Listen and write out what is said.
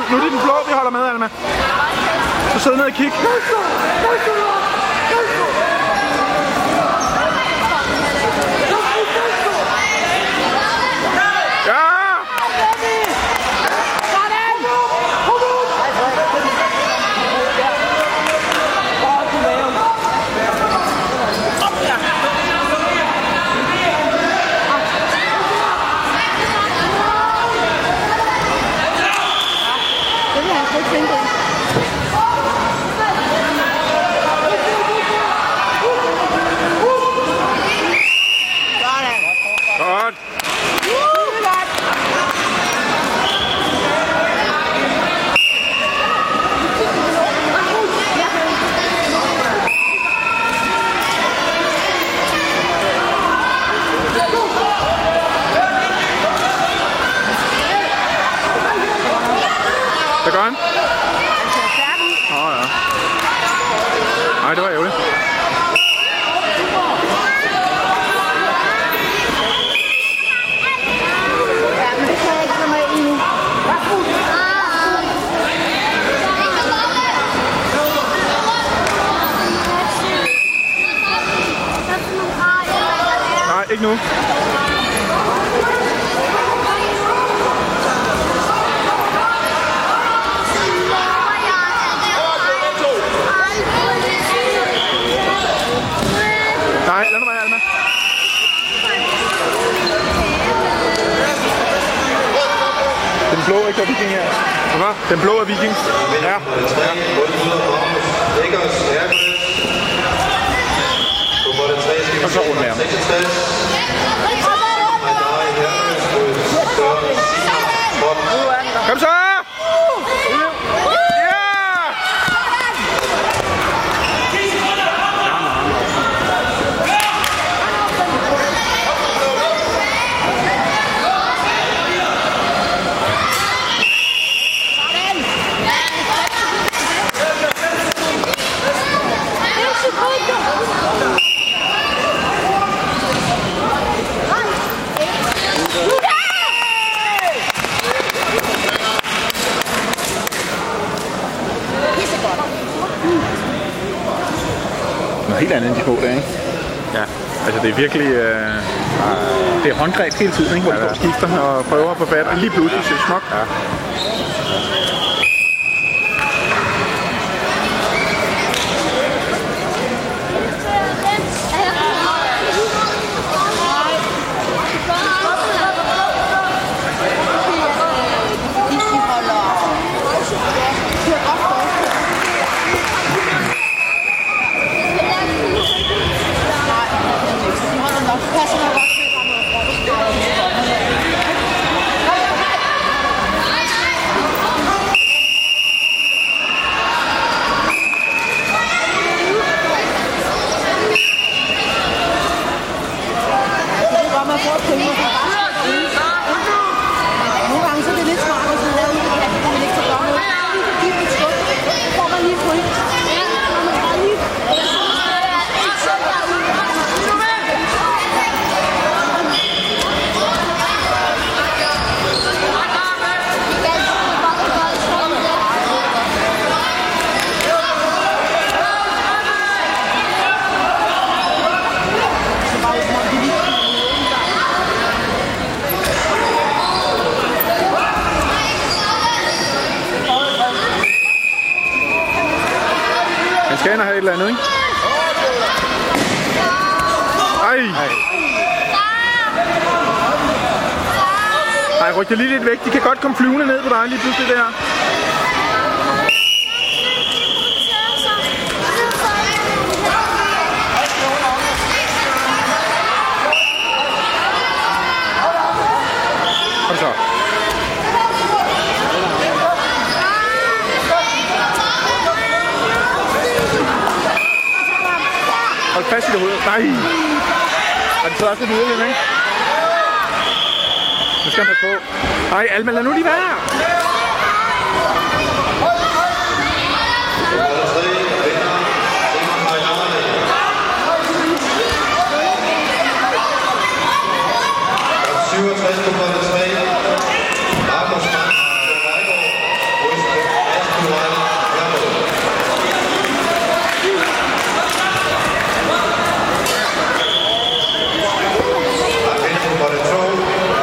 Nu er det den blå, vi holder med, Alma. Så sid ned og kig. Det gør han. Ja. Nej, det var ærgerligt. Nej, ikke nu. Nej, lad nu være, Alma. Den blå er ikke der Viking her. Hvad? Den blå er Viking. Ja. Og så rundt med ham. Kom så! Noget helt andet end de små dage, ikke? Ja, altså det er virkelig det er håndgreb hele tiden, ikke? Hvor de skifter og prøver på fat, og lige pludselig så smuk. Ja. Nogle gange så er det lidt smart at sidde derude, at man ikke kan gøre noget. Lige kan give et skub, så får man lige et point. Når man bare lige... Han skal ind og have et eller andet, ikke? Ej! Ej, ryk det lige lidt væk. De kan godt komme flyvende ned på dig lige pludselig der. Kom så. Hold fast i det hoved. Nej! Og det sidder også lidt yderligere, ikke? Nu skal han passe på. Ej, Alma, lad nu lige være!